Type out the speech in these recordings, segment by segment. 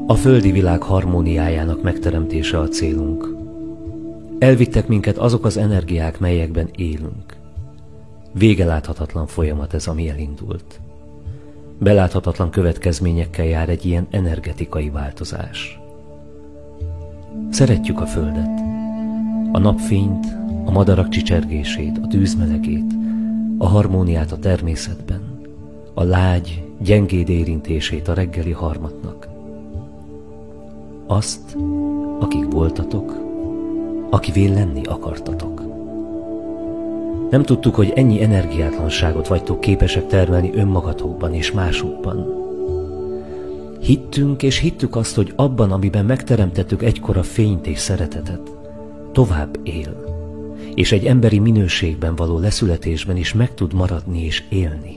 A földi világ harmóniájának megteremtése a célunk. Elvittek minket azok az energiák, melyekben élünk. Végeláthatatlan folyamat ez, ami elindult. Beláthatatlan következményekkel jár egy ilyen energetikai változás. Szeretjük a Földet, a napfényt, a madarak csicsergését, a tűz melegét, a harmóniát a természetben, a lágy, gyengéd érintését a reggeli harmatnak. Azt, akik voltatok, akivé lenni akartatok. Nem tudtuk, hogy ennyi energiátlanságot vagytok képesek termelni önmagatokban és másokban. Hittünk és hittük azt, hogy abban, amiben megteremtettük egykor a fényt és szeretetet, tovább él, és egy emberi minőségben való leszületésben is meg tud maradni és élni.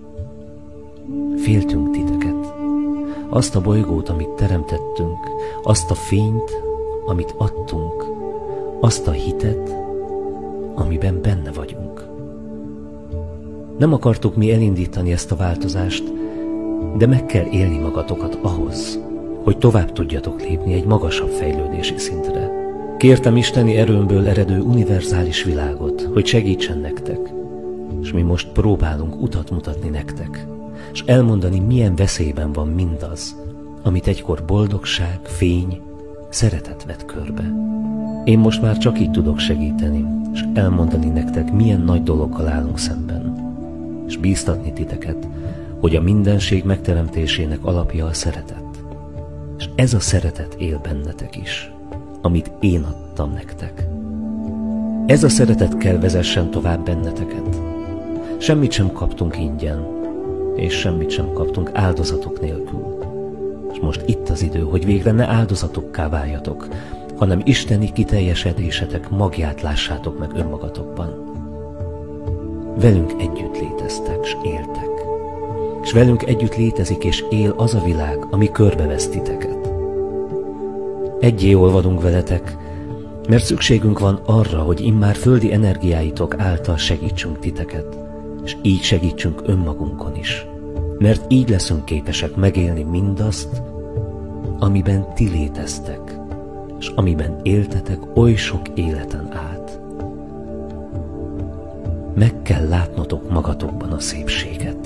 Féltünk titeket, azt a bolygót, amit teremtettünk, azt a fényt, amit adtunk, azt a hitet, amiben benne vagyunk. Nem akartuk mi elindítani ezt a változást, de meg kell élni magatokat ahhoz, hogy tovább tudjatok lépni egy magasabb fejlődési szintre. Kértem isteni erőmből eredő univerzális világot, hogy segítsen nektek, és mi most próbálunk utat mutatni nektek, és elmondani, milyen veszélyben van mindaz, amit egykor boldogság, fény, szeretet vett körbe. Én most már csak így tudok segíteni, és elmondani nektek, milyen nagy dologgal állunk szemben, és bíztatni titeket, hogy a mindenség megteremtésének alapja a szeretet. És ez a szeretet él bennetek is, amit én adtam nektek. Ez a szeretet kell vezessen tovább benneteket. Semmit sem kaptunk ingyen, és semmit sem kaptunk áldozatok nélkül. És most itt az idő, hogy végre ne áldozatokká váljatok, hanem isteni kiteljesedésetek magját lássátok meg önmagatokban. Velünk együtt léteztek, s éltek. És velünk együtt létezik és él az a világ, ami körbevesz titeket. Egyé olvadunk veletek, mert szükségünk van arra, hogy immár földi energiáitok által segítsünk titeket, és így segítsünk önmagunkon is, mert így leszünk képesek megélni mindazt, amiben ti léteztek, és amiben éltetek oly sok életen át. Meg kell látnotok magatokban a szépséget.